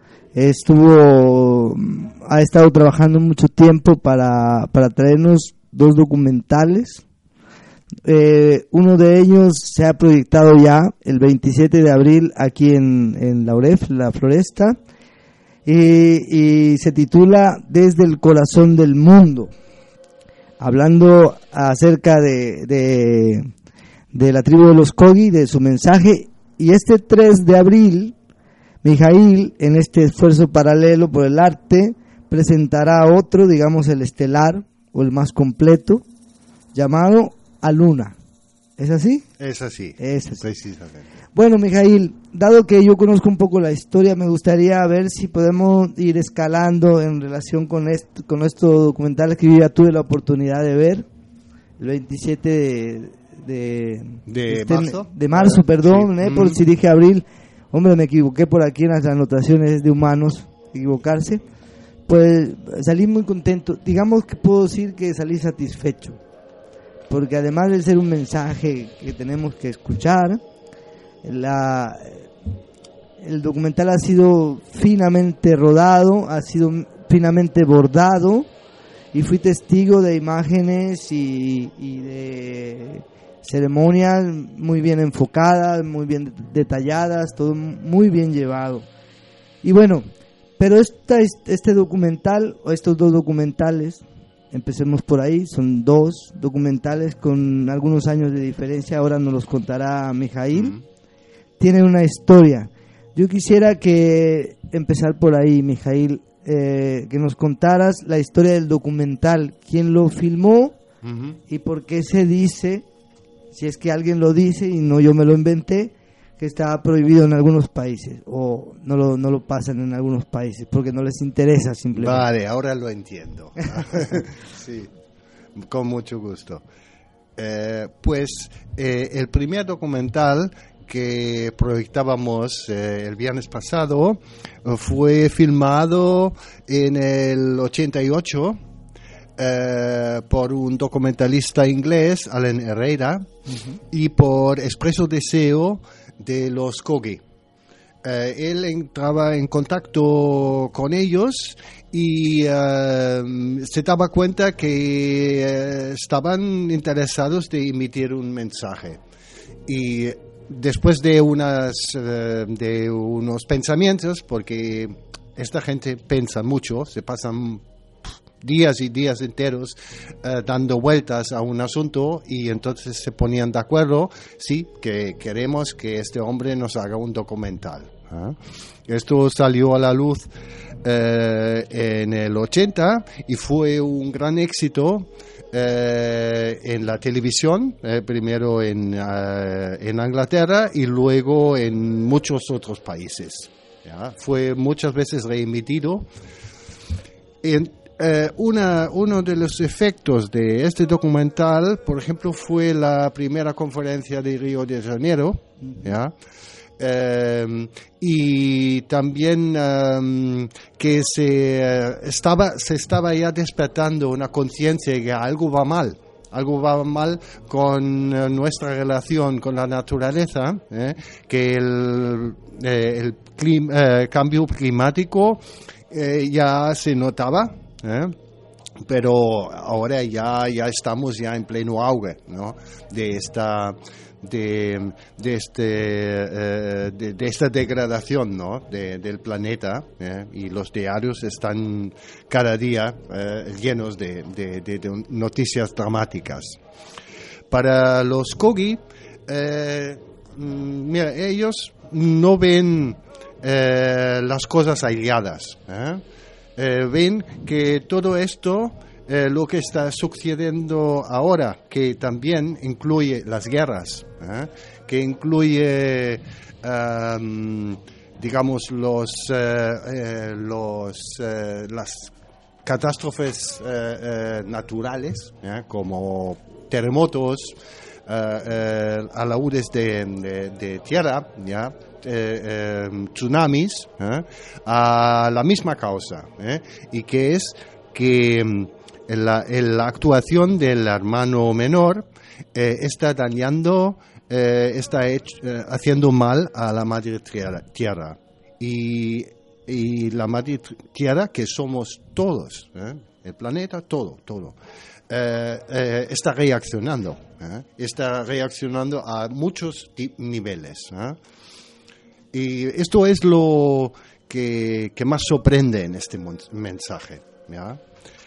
estuvo, ha estado trabajando mucho tiempo para, para traernos dos documentales. Eh, uno de ellos se ha proyectado ya el veintisiete de abril aquí en, en la UREF, la Floresta, y, y se titula Desde el corazón del mundo, hablando acerca de, de, de la tribu de los Kogi, de su mensaje. Y este tres de abril, Mijail, en este esfuerzo paralelo por el arte, presentará otro, digamos el estelar o el más completo, llamado A Luna. ¿Es así? Es así, es así. Precisamente. Bueno, Mijail, dado que yo conozco un poco la historia, me gustaría ver si podemos ir escalando en relación con esto, con estos documentales que yo ya tuve la oportunidad de ver el veintisiete de, de, de este, marzo, de marzo, perdón, sí. eh, por mm. si dije abril. Hombre, me equivoqué por aquí en las anotaciones de humanos, equivocarse. Pues salí muy contento. Digamos que puedo decir que salí satisfecho, porque además de ser un mensaje que tenemos que escuchar, la, el documental ha sido finamente rodado, ha sido finamente bordado, y fui testigo de imágenes y, y de ceremonias muy bien enfocadas, muy bien detalladas, todo muy bien llevado. Y bueno, pero esta, este documental, o estos dos documentales, empecemos por ahí, son dos documentales con algunos años de diferencia, ahora nos los contará Mijail. Uh-huh. Tienen una historia. Yo quisiera que empezar por ahí, Mijail, eh, que nos contaras la historia del documental, quién lo filmó, uh-huh, y por qué se dice, si es que alguien lo dice y no yo me lo inventé, que está prohibido en algunos países, o no lo, no lo pasan en algunos países, porque no les interesa simplemente. Vale, ahora lo entiendo. Sí, con mucho gusto. Eh, pues eh, el primer documental que proyectábamos eh, el viernes pasado fue filmado en el ochenta y ocho eh, por un documentalista inglés, Alan Herrera, uh-huh. y por Expreso Deseo de los Kogi. Eh, él entraba en contacto con ellos y eh, se daba cuenta que eh, estaban interesados de emitir un mensaje. Y después de, unas, eh, de unos pensamientos, porque esta gente piensa mucho, se pasan días y días enteros eh, dando vueltas a un asunto, y entonces se ponían de acuerdo, sí, que queremos que este hombre nos haga un documental. ¿eh? Esto salió a la luz eh, en el ochenta y fue un gran éxito eh, en la televisión, eh, primero en, uh, en Inglaterra y luego en muchos otros países. ¿ya? Fue muchas veces reemitido. En, Eh, una, uno de los efectos de este documental, por ejemplo, fue la primera conferencia de Río de Janeiro, ¿ya? Eh, y también um, que se, uh, estaba, se estaba ya despertando una conciencia de que algo va mal. Algo va mal con uh, nuestra relación con la naturaleza, ¿eh? que el, eh, el clim, eh, cambio climático eh, ya se notaba. ¿Eh? Pero ahora ya ya estamos ya en pleno auge, ¿no? de esta de, de este eh, de, de esta degradación, ¿no? de, del planeta, ¿eh? y los diarios están cada día eh, llenos de, de, de, de noticias dramáticas. Para los Kogi, eh, mira, ellos no ven eh, las cosas aisladas, ¿eh? Eh, ven que todo esto, eh, lo que está sucediendo ahora, que también incluye las guerras, ¿eh? que incluye, um, digamos, los, eh, eh, los, eh, las catástrofes eh, eh, naturales, ¿eh? como terremotos, eh, eh, alaúdes de, de, de tierra, ¿ya? Eh, eh, tsunamis, ¿eh? a la misma causa, ¿eh? y que es que la, la actuación del hermano menor eh, está dañando, eh, está hecho, eh, haciendo mal a la madre tierra, tierra. Y, y la madre tierra, que somos todos, ¿eh? el planeta, todo, todo. Eh, eh, está reaccionando, ¿eh? está reaccionando a muchos niveles, ¿eh? Y esto es lo que, que más sorprende en este mensaje, ¿ya?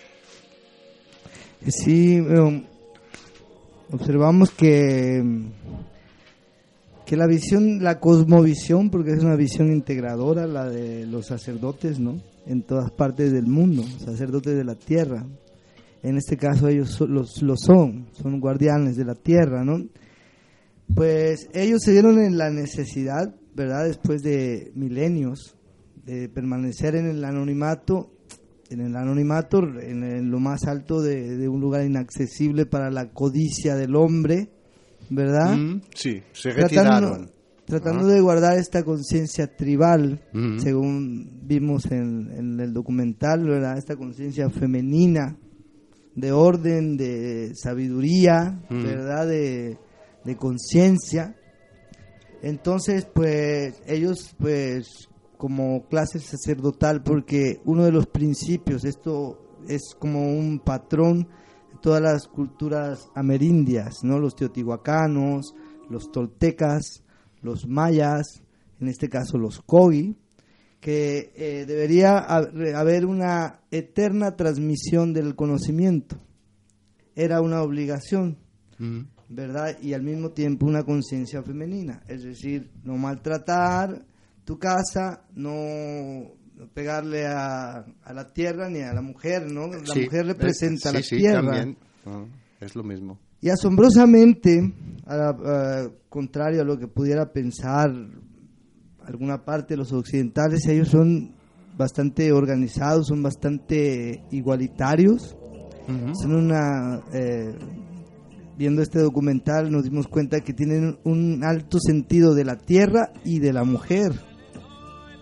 Sí, um, observamos que, que la visión, la cosmovisión, porque es una visión integradora, la de los sacerdotes, ¿no? En todas partes del mundo, sacerdotes de la tierra. En este caso ellos lo los son, son guardianes de la tierra, ¿no? Pues ellos se vieron en la necesidad, ¿verdad?, después de milenios, de permanecer en el anonimato, en el anonimato, en, en lo más alto de, de un lugar inaccesible para la codicia del hombre, ¿verdad? Mm, sí, se retiraron. Tratando, tratando uh-huh. de guardar esta conciencia tribal, uh-huh. según vimos en, en el documental, ¿verdad?, esta conciencia femenina, de orden, de sabiduría, uh-huh. ¿verdad?, de, de conciencia. Entonces, pues, ellos, pues, como clase sacerdotal, porque uno de los principios, esto es como un patrón de todas las culturas amerindias, ¿no? Los teotihuacanos, los toltecas, los mayas, en este caso los Kogi, que eh, debería haber una eterna transmisión del conocimiento. Era una obligación. Mm. ¿Verdad? Y al mismo tiempo una conciencia femenina, es decir, no maltratar tu casa, no pegarle a, a la tierra ni a la mujer, ¿no? La sí, mujer representa es, la sí, tierra. Sí, también. Uh, es lo mismo. Y asombrosamente, a la, a, contrario a lo que pudiera pensar alguna parte de los occidentales, ellos son bastante organizados, son bastante igualitarios, uh-huh. son una... Eh, viendo este documental nos dimos cuenta que tienen un alto sentido de la tierra y de la mujer,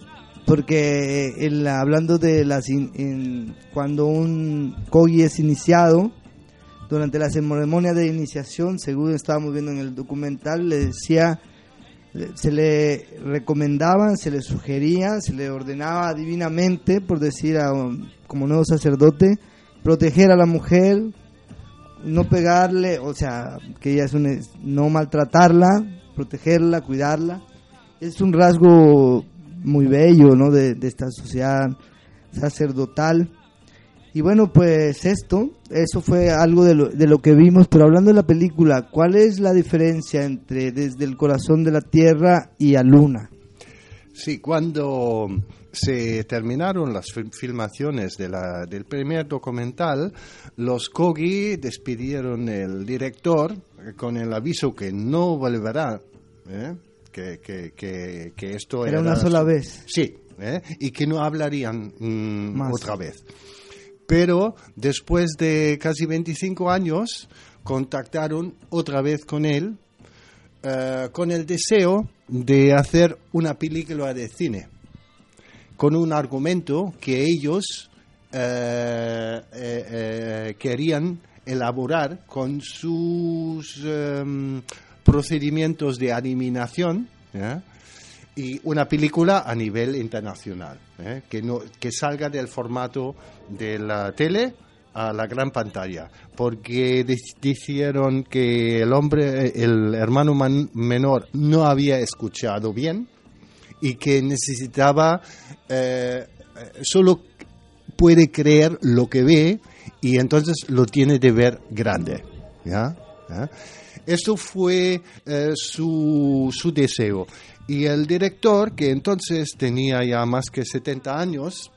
porque el, hablando de las in, in, cuando un Kogi es iniciado, durante la ceremonia de iniciación, según estábamos viendo en el documental, le decía, se le recomendaba, se le sugería, se le ordenaba divinamente, por decir, a, como nuevo sacerdote, proteger a la mujer, no pegarle, o sea, que ella es un, no maltratarla, protegerla, cuidarla. Es un rasgo muy bello, ¿no?, de, de esta sociedad sacerdotal. Y bueno, pues esto, eso fue algo de lo, de lo que vimos, pero hablando de la película, ¿cuál es la diferencia entre Desde el corazón de la tierra y A Luna? Sí, cuando se terminaron las filmaciones de la, del primer documental, los Kogi despidieron el director con el aviso que no volverá, ¿eh? que, que, que, que esto era, era una sola vez. Sí, ¿eh? Y que no hablarían mmm, otra vez. Pero después de casi veinticinco años, contactaron otra vez con él uh, con el deseo de hacer una película de cine, con un argumento que ellos uh, uh, uh, querían elaborar con sus um, procedimientos de animación, ¿ya? Y una película a nivel internacional, ¿eh? que no que salga del formato de la tele a la gran pantalla, porque dijeron que el hombre, el hermano man, menor no había escuchado bien y que necesitaba, eh, solo puede creer lo que ve y entonces lo tiene de ver grande, ¿ya? ¿Ya? Esto fue eh, su, su deseo. Y el director, que entonces tenía ya más que setenta años,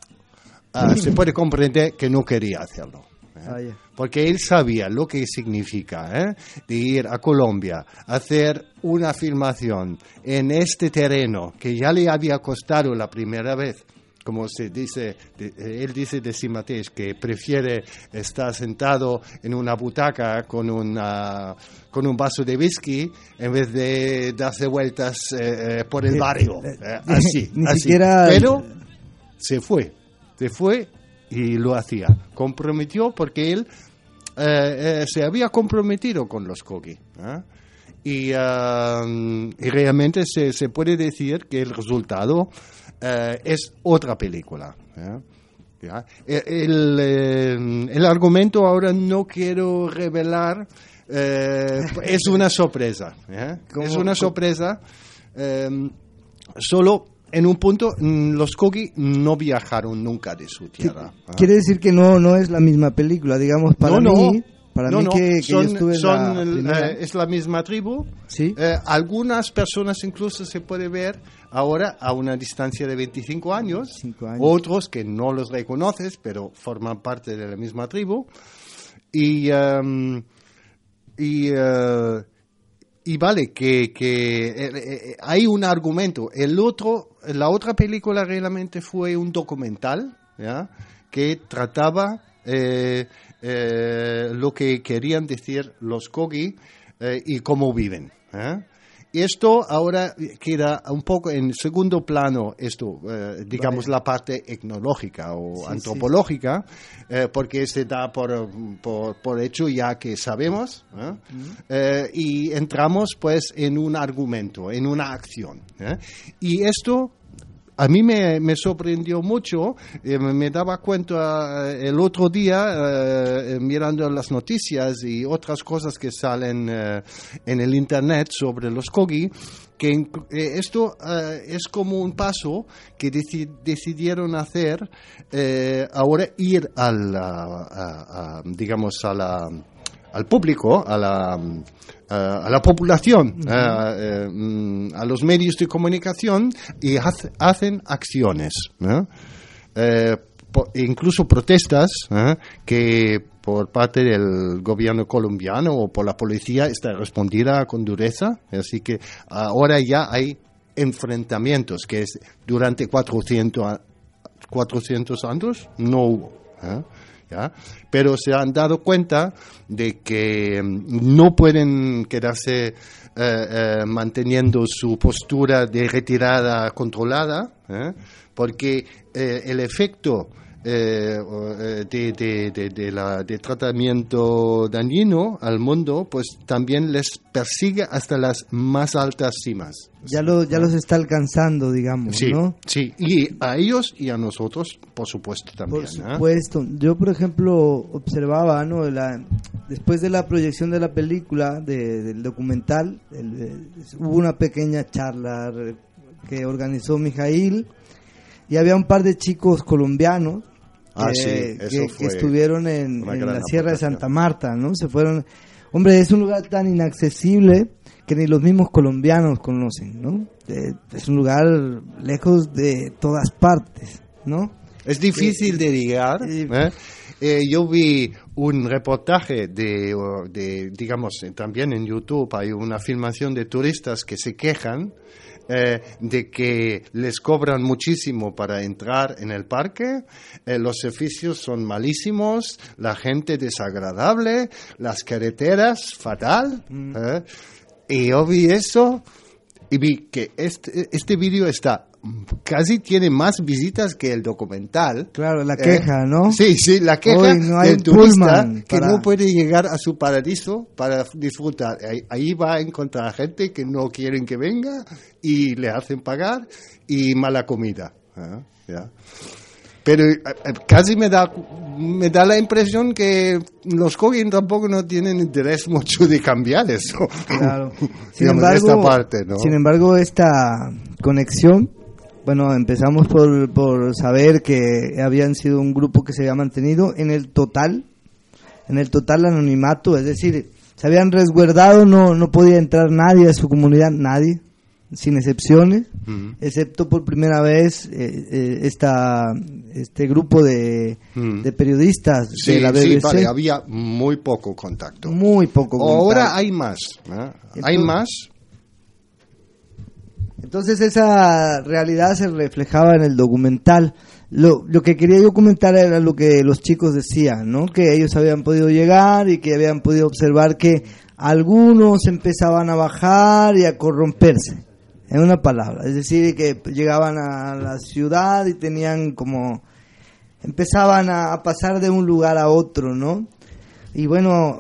uh, se puede comprender que no quería hacerlo. ¿eh? Ah, yeah. Porque él sabía lo que significa ¿eh? de ir a Colombia, hacer una filmación en este terreno que ya le había costado la primera vez. Como se dice, de, él dice de Simatesh que prefiere estar sentado en una butaca con, una, con un vaso de whisky en vez de darse vueltas eh, por el barrio. Eh, así, Ni así. Siquiera... Pero se fue, se fue y lo hacía. Comprometió porque él eh, eh, se había comprometido con los Kogi. ¿eh? Y, uh, y realmente se, se puede decir que el resultado Uh, es otra película. ¿eh? ¿Ya? El, el, el argumento ahora no quiero revelar, eh, es una sorpresa. ¿eh? Es una sorpresa. Eh, solo en un punto, los Kogi no viajaron nunca de su tierra. Quiere decir que no, no es la misma película, digamos, para no, mí. No. Para no, mí no, que, que son, yo estuve en son la eh, es la misma tribu. ¿Sí? Eh, algunas personas incluso se puede ver ahora a una distancia de veinticinco años, años. Otros que no los reconoces, pero forman parte de la misma tribu. Y, um, y, uh, y vale, que, que eh, eh, hay un argumento. El otro, la otra película realmente fue un documental, ¿ya? Que trataba... Eh, Eh, lo que querían decir los Kogi eh, y cómo viven. ¿eh? Y esto ahora queda un poco en segundo plano, esto, eh, digamos, vale. La parte etnológica o sí, antropológica, sí. Eh, porque se da por, por, por hecho ya que sabemos, ¿eh? Uh-huh. eh, y entramos pues en un argumento, en una acción. ¿eh? Y esto... A mí me, me sorprendió mucho, eh, me daba cuenta eh, el otro día, eh, mirando las noticias y otras cosas que salen eh, en el Internet sobre los Kogi, que eh, esto eh, es como un paso que deci- decidieron hacer, eh, ahora ir a la, a, a, digamos, a la... al público, a la, a, a la población, uh-huh. a, a, a los medios de comunicación y hace, hacen acciones, ¿no? eh, po, incluso protestas ¿eh? que por parte del gobierno colombiano o por la policía está respondida con dureza, así que ahora ya hay enfrentamientos que es, durante cuatrocientos, cuatrocientos años no hubo. ¿eh? ¿ya? Pero se han dado cuenta de que no pueden quedarse eh, eh, manteniendo su postura de retirada controlada, ¿eh? Porque eh, el efecto eh, de, de, de, de, la, de tratamiento dañino al mundo, pues también les persigue hasta las más altas cimas. Ya, lo, ya los está alcanzando, digamos, sí, ¿no? Sí, y a ellos y a nosotros, por supuesto, también. Por supuesto. ¿eh? Yo, por ejemplo, observaba, ¿no? La, después de la proyección de la película, de, del documental, el, el, hubo una pequeña charla que organizó Mijail, y había un par de chicos colombianos ah, que, sí, eso que, fue que estuvieron en, en la Sierra de Santa Marta, ¿no? Se fueron. Hombre, es un lugar tan inaccesible que ni los mismos colombianos conocen, ¿no? Eh, es un lugar lejos de todas partes, ¿no? Es difícil eh, de llegar. Eh, ¿eh? Eh, yo vi un reportaje de, de, digamos, también en YouTube hay una filmación de turistas que se quejan Eh, de que les cobran muchísimo para entrar en el parque, eh, los servicios son malísimos, la gente desagradable, las carreteras fatal, mm. eh, y yo vi eso y vi que este, este vídeo está casi tiene más visitas que el documental. Claro, la queja, eh, ¿no? Sí, sí, la queja Hoy no hay del turista que para... no puede llegar a su paraíso para disfrutar. Ahí, ahí va a encontrar gente que no quieren que venga y le hacen pagar y mala comida. ¿eh? ¿Ya? Pero eh, casi me da me da la impresión que los Cohen tampoco no tienen interés mucho de cambiar eso. Claro. Sin Digamos, embargo, esta parte, ¿no? Sin embargo, esta conexión, bueno, empezamos por, por saber que habían sido un grupo que se había mantenido en el total, en el total anonimato, es decir, se habían resguardado, no, no podía entrar nadie a su comunidad, nadie, sin excepciones, uh-huh. excepto por primera vez eh, eh, esta, este grupo de, uh-huh. de periodistas sí, de la B B C. Sí, vale, había muy poco contacto. Muy poco contacto. Ahora hay más, ¿eh? Entonces, hay más. Entonces esa realidad se reflejaba en el documental. Lo, lo que quería yo comentar era lo que los chicos decían, ¿no? Que ellos habían podido llegar y que habían podido observar que algunos empezaban a bajar y a corromperse, en una palabra. Es decir, que llegaban a la ciudad y tenían como... empezaban a pasar de un lugar a otro, ¿no? Y bueno,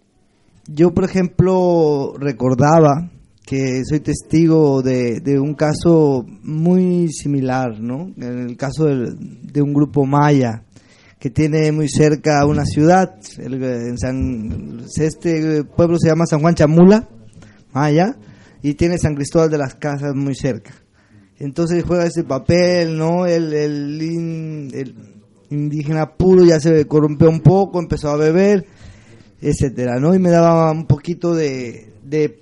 yo por ejemplo recordaba que soy testigo de, de un caso muy similar, ¿no? En el caso de, de un grupo maya que tiene muy cerca una ciudad, el, en San, este pueblo se llama San Juan Chamula, maya, y tiene San Cristóbal de las Casas muy cerca. Entonces juega ese papel, ¿no? El, el, el indígena puro ya se corrompió un poco, empezó a beber, etcétera, ¿no? Y me daba un poquito de... de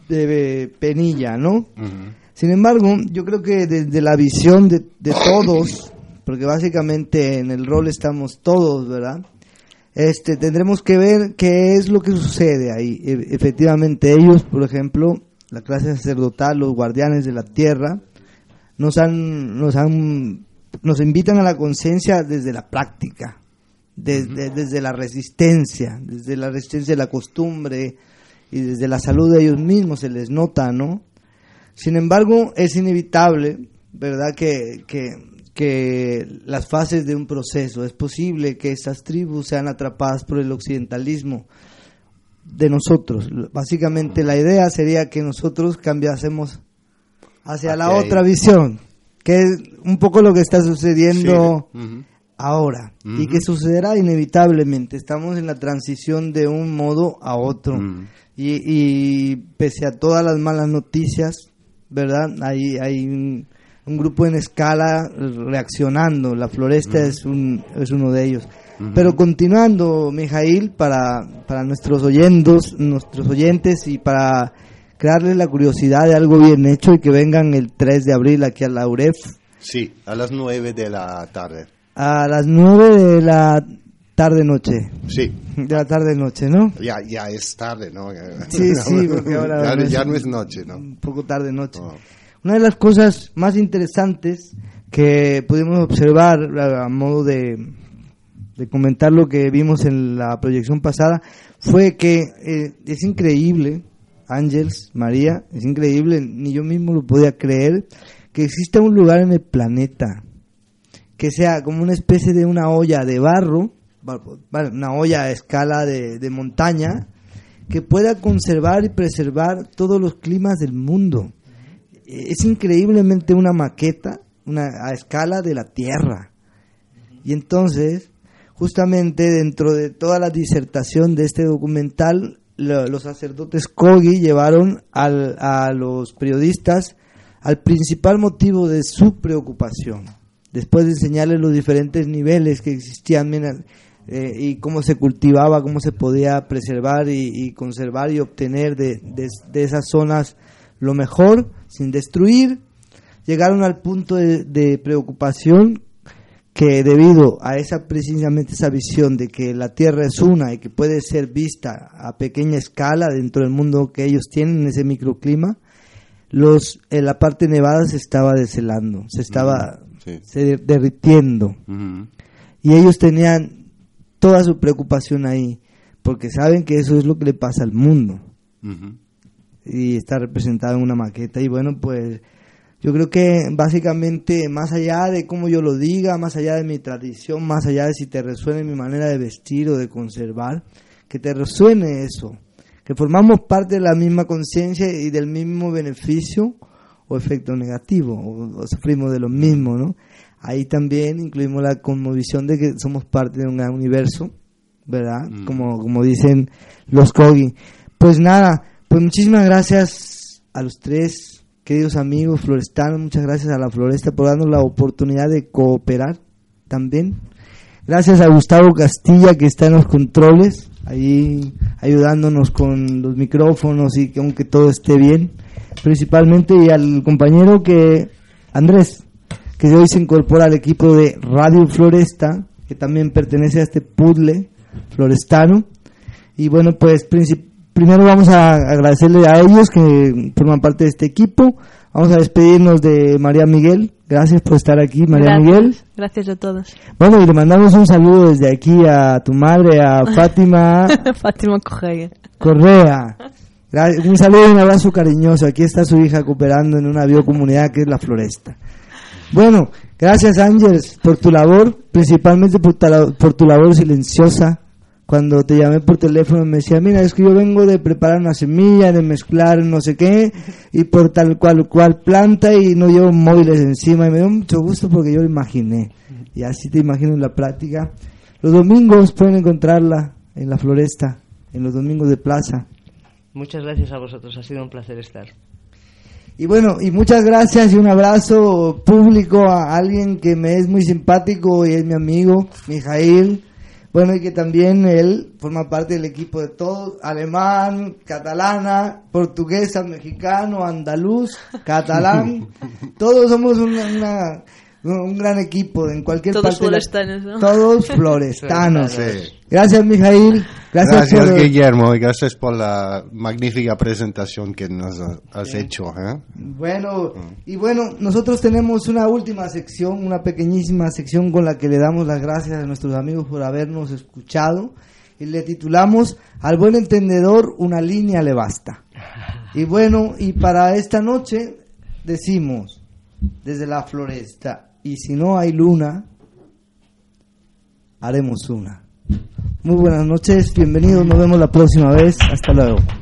de penilla, ¿no? Uh-huh. Sin embargo, yo creo que desde la visión de, de todos, porque básicamente en el rol estamos todos, ¿verdad? Este, tendremos que ver qué es lo que sucede ahí. E- efectivamente, ellos, por ejemplo, la clase sacerdotal, los guardianes de la tierra, nos han, nos han, nos invitan a la conciencia desde la práctica, desde, uh-huh. desde la resistencia, desde la resistencia de la costumbre, y desde la salud de ellos mismos se les nota, ¿no? Sin embargo, es inevitable, ¿verdad?, que, que, que las fases de un proceso, es posible que estas tribus sean atrapadas por el occidentalismo de nosotros. Básicamente la idea sería que nosotros cambiásemos hacia okay. la otra visión, que es un poco lo que está sucediendo sí. uh-huh. ahora, uh-huh. y que sucederá inevitablemente. Estamos en la transición de un modo a otro. Uh-huh. Y, y pese a todas las malas noticias, ¿verdad? Hay, hay un, un grupo en escala reaccionando. La Floresta uh-huh. es un es uno de ellos. Uh-huh. Pero continuando, Mijail, para, para nuestros oyentes, nuestros oyentes y para crearles la curiosidad de algo bien hecho y que vengan el tres de abril aquí a la U R E F. Sí, a las nueve de la tarde. A las nueve de la tarde-noche. Sí. De la tarde-noche, ¿no? Ya, ya es tarde, ¿no? Sí, sí, porque ahora... ya, ya no es noche, ¿no? Un poco tarde-noche. Oh. Una de las cosas más interesantes que pudimos observar a modo de, de comentar lo que vimos en la proyección pasada, fue que eh, es increíble, Ángels, María, es increíble, ni yo mismo lo podía creer, que exista un lugar en el planeta que sea como una especie de una olla de barro, una olla a escala de, de montaña, que pueda conservar y preservar todos los climas del mundo. Es increíblemente una maqueta, una a escala de la Tierra. Y entonces, justamente dentro de toda la disertación de este documental, lo, los sacerdotes Kogi llevaron al, a los periodistas al principal motivo de su preocupación. Después de enseñarles los diferentes niveles que existían eh, y cómo se cultivaba, cómo se podía preservar y, y conservar y obtener de, de, de esas zonas lo mejor, sin destruir, llegaron al punto de, de preocupación que debido a esa precisamente esa visión de que la Tierra es una y que puede ser vista a pequeña escala dentro del mundo que ellos tienen en ese microclima, los en la parte nevada se estaba deshelando, se estaba uh-huh. sí. se derritiendo uh-huh. y ellos tenían toda su preocupación ahí porque saben que eso es lo que le pasa al mundo uh-huh. y está representado en una maqueta. Y bueno, pues yo creo que básicamente, más allá de cómo yo lo diga, más allá de mi tradición, más allá de si te resuene mi manera de vestir o de conservar, que te resuene eso, que formamos parte de la misma conciencia y del mismo beneficio o efecto negativo, o, o sufrimos de lo mismo, ¿no? Ahí también incluimos la conmovisión de que somos parte de un gran universo, ¿verdad? Mm. Como, como dicen los Kogi. Pues nada, pues muchísimas gracias a los tres queridos amigos florestanos, muchas gracias a la Floresta por darnos la oportunidad de cooperar también. Gracias a Gustavo Castilla, que está en los controles, ahí ayudándonos con los micrófonos y que aunque todo esté bien, principalmente, y al compañero que Andrés, que hoy se incorpora al equipo de Radio Floresta, que también pertenece a este puzzle florestano. Y bueno, pues princip- primero vamos a agradecerle a ellos que forman parte de este equipo. Vamos a despedirnos de María Miguel. Gracias por estar aquí, María Gracias. Miguel. Gracias a todos. Bueno, y le mandamos un saludo desde aquí a tu madre, a Fátima Fátima Correa. Correa. Gra- Un saludo y un abrazo cariñoso. Aquí está su hija cooperando en una biocomunidad que es la Floresta. Bueno, gracias Ángels por tu labor, principalmente por, ta- por tu labor silenciosa. Cuando te llamé por teléfono me decía, mira, es que yo vengo de preparar una semilla, de mezclar no sé qué, y por tal cual cual planta, y no llevo móviles encima, y me dio mucho gusto porque yo lo imaginé, y así te imagino en la práctica. Los domingos pueden encontrarla en la Floresta, en los domingos de plaza. Muchas gracias a vosotros, ha sido un placer estar. Y bueno, y muchas gracias y un abrazo público a alguien que me es muy simpático y es mi amigo, Mijail. Bueno, y que también él forma parte del equipo de todos, alemán, catalana, portuguesa, mexicano, andaluz, catalán. Todos somos una, una, un gran equipo en cualquier todos parte. Florestanos, ¿no? Todos florestanos. Sí. Gracias, Mijail. Gracias, Gracias por... Guillermo, y gracias por la magnífica presentación que nos has sí. hecho. ¿eh? Bueno, y bueno, nosotros tenemos una última sección, una pequeñísima sección con la que le damos las gracias a nuestros amigos por habernos escuchado, y le titulamos Al buen entendedor una línea le basta. Y bueno, y para esta noche decimos desde la Floresta, y si no hay luna, haremos una. Muy buenas noches, bienvenidos, nos vemos la próxima vez, hasta luego.